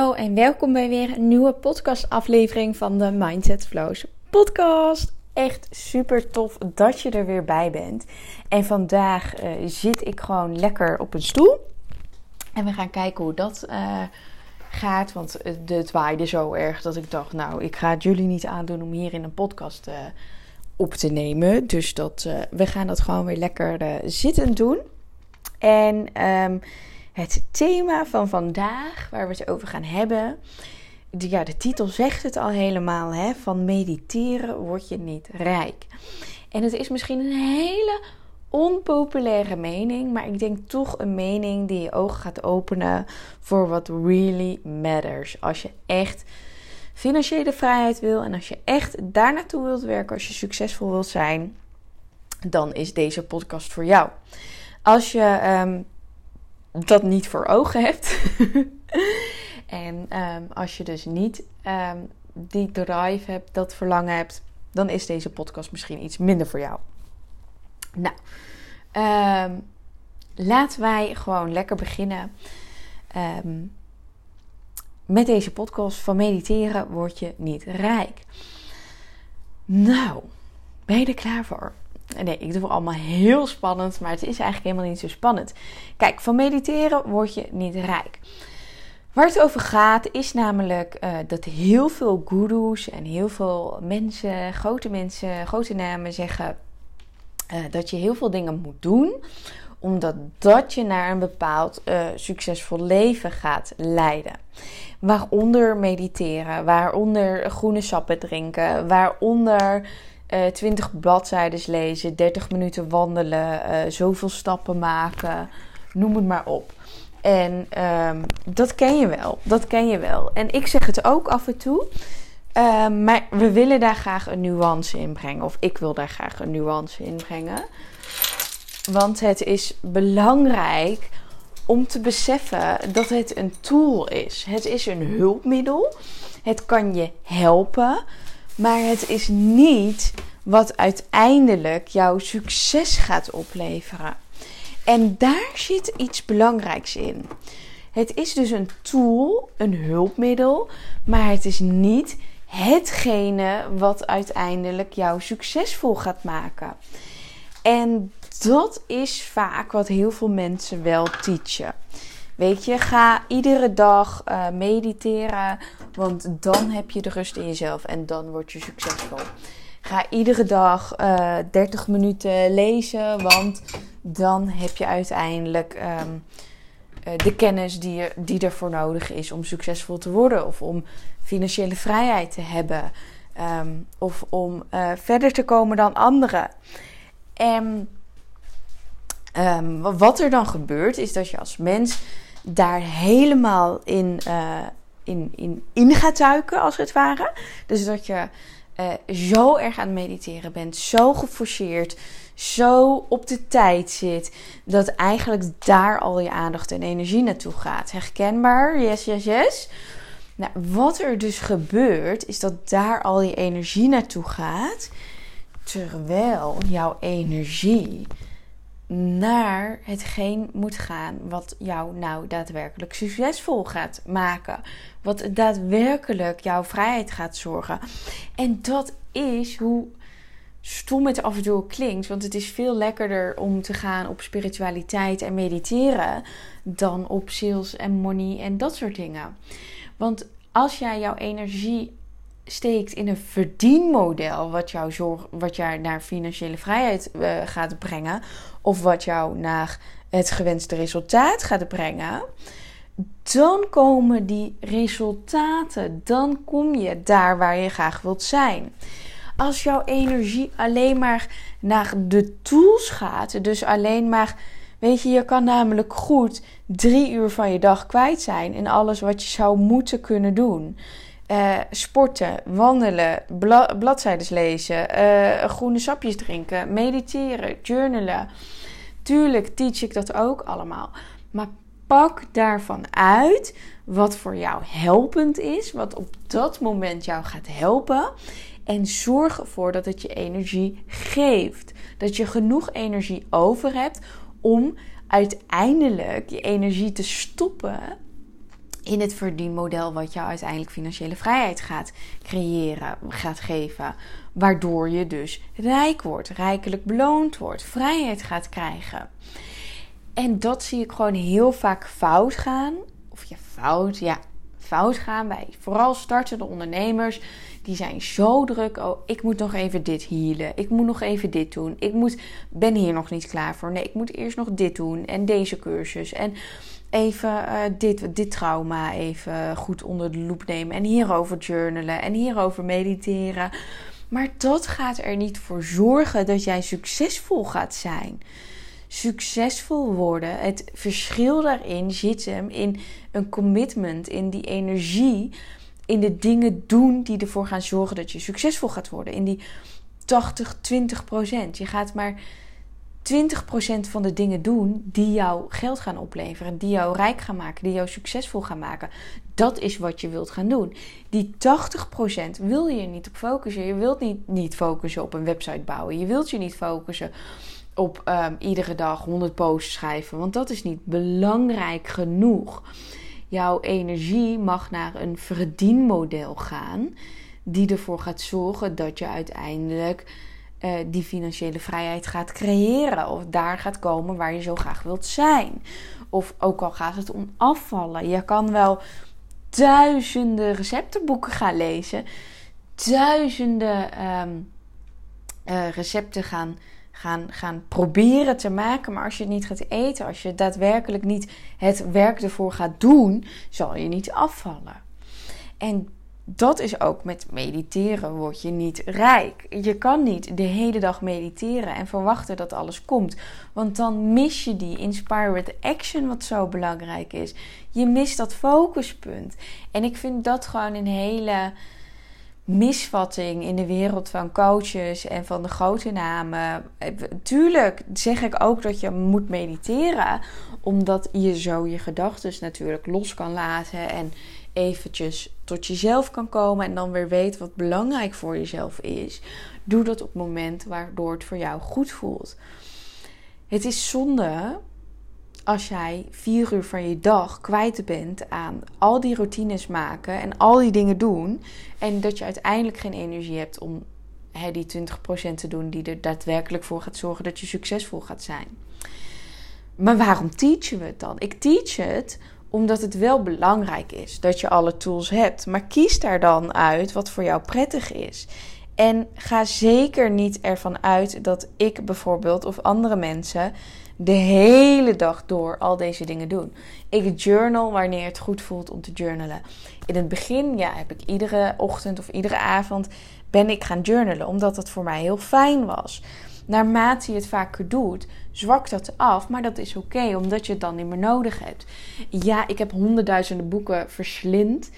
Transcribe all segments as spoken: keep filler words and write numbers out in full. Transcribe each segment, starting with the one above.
Hallo en welkom bij weer een nieuwe podcastaflevering van de Mindset Flows podcast. Echt super tof dat je er weer bij bent. En vandaag uh, zit ik gewoon lekker op een stoel. En we gaan kijken hoe dat uh, gaat. Want het, het waaide zo erg dat ik dacht, nou, ik ga het jullie niet aandoen om hier in een podcast uh, op te nemen. Dus dat, uh, we gaan dat gewoon weer lekker uh, zittend doen. En um, het thema van vandaag, waar we het over gaan hebben, de, ja, de titel zegt het al helemaal, hè? Van mediteren word je niet rijk. En het is misschien een hele onpopulaire mening, maar ik denk toch een mening die je ogen gaat openen voor wat really matters. Als je echt financiële vrijheid wil en als je echt daar naartoe wilt werken, als je succesvol wilt zijn, dan is deze podcast voor jou. Als je um, dat niet voor ogen hebt en um, als je dus niet um, die drive hebt, dat verlangen hebt, dan is deze podcast misschien iets minder voor jou. Nou, um, laten wij gewoon lekker beginnen um, met deze podcast van mediteren word je niet rijk. Nou, ben je er klaar voor? Nee, ik doe het allemaal heel spannend, maar het is eigenlijk helemaal niet zo spannend. Kijk, van mediteren word je niet rijk. Waar het over gaat is namelijk uh, dat heel veel goeroes en heel veel mensen, grote mensen, grote namen zeggen uh, dat je heel veel dingen moet doen, omdat dat je naar een bepaald uh, succesvol leven gaat leiden. Waaronder mediteren, waaronder groene sappen drinken, waaronder Uh, twintig bladzijden lezen, dertig minuten wandelen, uh, zoveel stappen maken, noem het maar op. En um, dat ken je wel, dat ken je wel. En ik zeg het ook af en toe, uh, maar we willen daar graag een nuance in brengen. Of ik wil daar graag een nuance in brengen. Want het is belangrijk om te beseffen dat het een tool is. Het is een hulpmiddel, het kan je helpen, maar het is niet wat uiteindelijk jouw succes gaat opleveren. En daar zit iets belangrijks in. Het is dus een tool, een hulpmiddel, maar het is niet hetgene wat uiteindelijk jou succesvol gaat maken. En dat is vaak wat heel veel mensen wel teachen. Weet je, ga iedere dag uh, mediteren, want dan heb je de rust in jezelf en dan word je succesvol. Ga iedere dag uh, dertig minuten lezen, want dan heb je uiteindelijk um, uh, de kennis die, je, die ervoor nodig is om succesvol te worden. Of om financiële vrijheid te hebben. Um, of om uh, verder te komen dan anderen. En um, wat er dan gebeurt is dat je als mens daar helemaal in, uh, in, in, in gaat duiken, als het ware. Dus dat je uh, zo erg aan het mediteren bent, zo geforceerd, zo op de tijd zit, dat eigenlijk daar al je aandacht en energie naartoe gaat. Herkenbaar? Yes, yes, yes. Nou, wat er dus gebeurt, is dat daar al je energie naartoe gaat, terwijl jouw energie naar hetgeen moet gaan wat jou nou daadwerkelijk succesvol gaat maken. Wat daadwerkelijk jouw vrijheid gaat zorgen. En dat is hoe stom het af en toe klinkt. Want het is veel lekkerder om te gaan op spiritualiteit en mediteren dan op sales en money en dat soort dingen. Want als jij jouw energie steekt in een verdienmodel wat jou, zorg, wat jou naar financiële vrijheid uh, gaat brengen, of wat jou naar het gewenste resultaat gaat brengen, dan komen die resultaten, dan kom je daar waar je graag wilt zijn. Als jouw energie alleen maar naar de tools gaat, dus alleen maar, weet je, je kan namelijk goed drie uur van je dag kwijt zijn in alles wat je zou moeten kunnen doen. Uh, sporten, wandelen, bla- bladzijden lezen, uh, groene sapjes drinken, mediteren, journalen. Tuurlijk teach ik dat ook allemaal. Maar pak daarvan uit wat voor jou helpend is, wat op dat moment jou gaat helpen. En zorg ervoor dat het je energie geeft. Dat je genoeg energie over hebt om uiteindelijk je energie te stoppen in het verdienmodel wat jou uiteindelijk financiële vrijheid gaat creëren, gaat geven. Waardoor je dus rijk wordt, rijkelijk beloond wordt, vrijheid gaat krijgen. En dat zie ik gewoon heel vaak fout gaan. Of ja, fout, ja, fout gaan bij vooral startende ondernemers. Die zijn zo druk. Oh, ik moet nog even dit healen. Ik moet nog even dit doen. Ik moet, ben hier nog niet klaar voor. Nee, ik moet eerst nog dit doen. En deze cursus. En even uh, dit, dit trauma even goed onder de loep nemen. En hierover journalen. En hierover mediteren. Maar dat gaat er niet voor zorgen dat jij succesvol gaat zijn. Succesvol worden. Het verschil daarin zit hem in een commitment. In die energie. In de dingen doen die ervoor gaan zorgen dat je succesvol gaat worden. In die tachtig twintig procent. Je gaat maar twintig procent van de dingen doen die jou geld gaan opleveren. Die jou rijk gaan maken. Die jou succesvol gaan maken. Dat is wat je wilt gaan doen. Die tachtig procent wil je niet op focussen. Je wilt niet, niet focussen op een website bouwen. Je wilt je niet focussen op um, iedere dag honderd posts schrijven. Want dat is niet belangrijk genoeg. Jouw energie mag naar een verdienmodel gaan. Die ervoor gaat zorgen dat je uiteindelijk uh, die financiële vrijheid gaat creëren. Of daar gaat komen waar je zo graag wilt zijn. Of ook al gaat het om afvallen. Je kan wel duizenden receptenboeken gaan lezen. Duizenden um, uh, recepten gaan Gaan, gaan proberen te maken. Maar als je het niet gaat eten, als je daadwerkelijk niet het werk ervoor gaat doen, zal je niet afvallen. En dat is ook met mediteren, word je niet rijk. Je kan niet de hele dag mediteren en verwachten dat alles komt. Want dan mis je die inspired action wat zo belangrijk is. Je mist dat focuspunt. En ik vind dat gewoon een hele misvatting in de wereld van coaches en van de grote namen. Tuurlijk zeg ik ook dat je moet mediteren, omdat je zo je gedachten natuurlijk los kan laten en eventjes tot jezelf kan komen en dan weer weet wat belangrijk voor jezelf is. Doe dat op het moment waardoor het voor jou goed voelt. Het is zonde als jij vier uur van je dag kwijt bent aan al die routines maken en al die dingen doen. En dat je uiteindelijk geen energie hebt om he, die twintig procent te doen die er daadwerkelijk voor gaat zorgen dat je succesvol gaat zijn. Maar waarom teachen we het dan? Ik teach het omdat het wel belangrijk is dat je alle tools hebt. Maar kies daar dan uit wat voor jou prettig is. En ga zeker niet ervan uit dat ik bijvoorbeeld of andere mensen de hele dag door al deze dingen doen. Ik journal wanneer het goed voelt om te journalen. In het begin ja, heb ik iedere ochtend of iedere avond ben ik gaan journalen. Omdat dat voor mij heel fijn was. Naarmate je het vaker doet, zwakt dat af. Maar dat is oké, okay, omdat je het dan niet meer nodig hebt. Ja, ik heb honderdduizenden boeken verslind.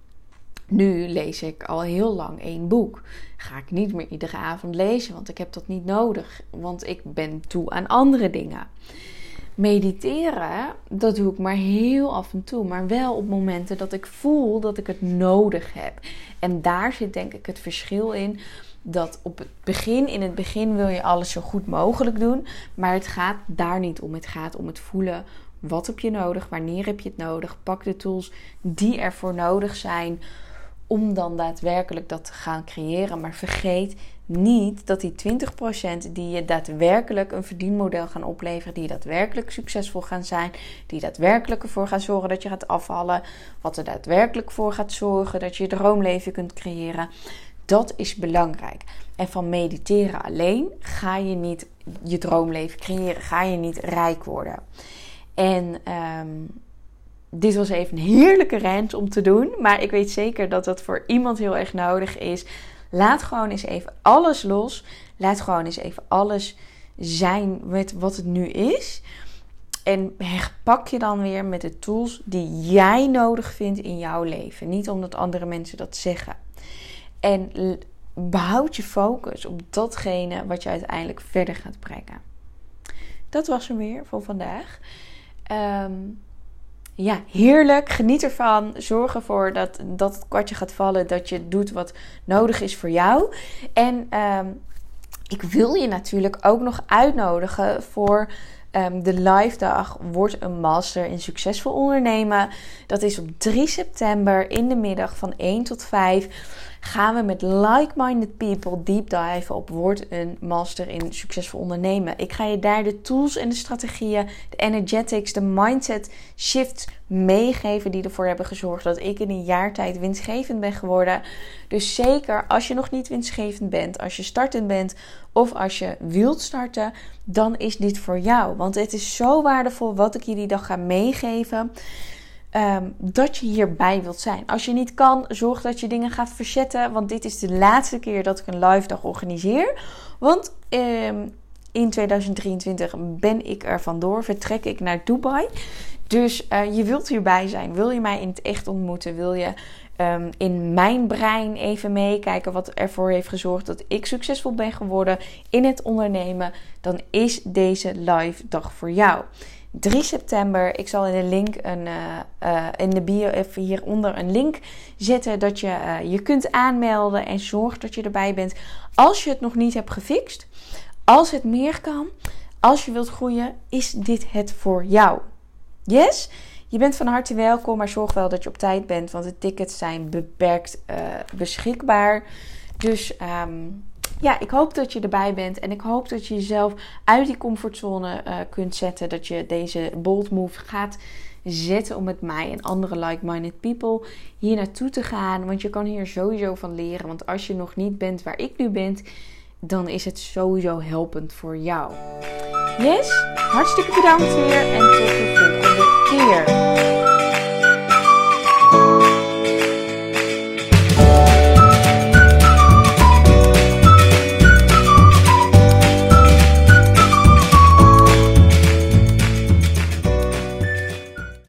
Nu lees ik al heel lang één boek. Ga ik niet meer iedere avond lezen, want ik heb dat niet nodig. Want ik ben toe aan andere dingen. Mediteren, dat doe ik maar heel af en toe. Maar wel op momenten dat ik voel dat ik het nodig heb. En daar zit denk ik het verschil in. Dat op het begin, in het begin wil je alles zo goed mogelijk doen. Maar het gaat daar niet om. Het gaat om het voelen. Wat heb je nodig? Wanneer heb je het nodig? Pak de tools die ervoor nodig zijn om dan daadwerkelijk dat te gaan creëren. Maar vergeet niet dat die twintig procent die je daadwerkelijk een verdienmodel gaan opleveren, die daadwerkelijk succesvol gaan zijn, die daadwerkelijk ervoor gaan zorgen dat je gaat afvallen, wat er daadwerkelijk voor gaat zorgen dat je je droomleven kunt creëren, dat is belangrijk. En van mediteren alleen ga je niet je droomleven creëren, ga je niet rijk worden. En um, dit was even een heerlijke rant om te doen. Maar ik weet zeker dat dat voor iemand heel erg nodig is. Laat gewoon eens even alles los. Laat gewoon eens even alles zijn met wat het nu is. En herpak je dan weer met de tools die jij nodig vindt in jouw leven. Niet omdat andere mensen dat zeggen. En behoud je focus op datgene wat je uiteindelijk verder gaat brengen. Dat was hem weer voor vandaag. Um, Ja, heerlijk. Geniet ervan. Zorg ervoor dat, dat het kwartje gaat vallen. Dat je doet wat nodig is voor jou. En um, ik wil je natuurlijk ook nog uitnodigen voor Um, de live dag wordt een master in succesvol ondernemen. Dat is op drie september in de middag van één tot vijf. Gaan we met like-minded people deep dive op Word een master in succesvol ondernemen. Ik ga je daar de tools en de strategieën, de energetics, de mindset shifts meegeven die ervoor hebben gezorgd dat ik in een jaar tijd winstgevend ben geworden. Dus zeker als je nog niet winstgevend bent, als je startend bent of als je wilt starten, dan is dit voor jou. Want het is zo waardevol wat ik je die dag ga meegeven. Um, dat je hierbij wilt zijn. Als je niet kan, zorg dat je dingen gaat verzetten. Want dit is de laatste keer dat ik een live dag organiseer. Want um, in tweeduizend drieëntwintig ben ik er vandoor. Vertrek ik naar Dubai. Dus uh, je wilt hierbij zijn. Wil je mij in het echt ontmoeten? Wil je um, in mijn brein even meekijken wat ervoor heeft gezorgd dat ik succesvol ben geworden in het ondernemen? Dan is deze live dag voor jou. drie september. Ik zal in de link een, uh, uh, in de bio even hieronder een link zetten dat je uh, je kunt aanmelden en zorg dat je erbij bent. Als je het nog niet hebt gefixt, als het meer kan, als je wilt groeien, is dit het voor jou. Yes? Je bent van harte welkom, maar zorg wel dat je op tijd bent, want de tickets zijn beperkt uh, beschikbaar. Dus um, ja, ik hoop dat je erbij bent en ik hoop dat je jezelf uit die comfortzone uh, kunt zetten. Dat je deze bold move gaat zetten om met mij en andere like-minded people hier naartoe te gaan. Want je kan hier sowieso van leren. Want als je nog niet bent waar ik nu ben, dan is het sowieso helpend voor jou. Yes, hartstikke bedankt weer en tot de volgende keer.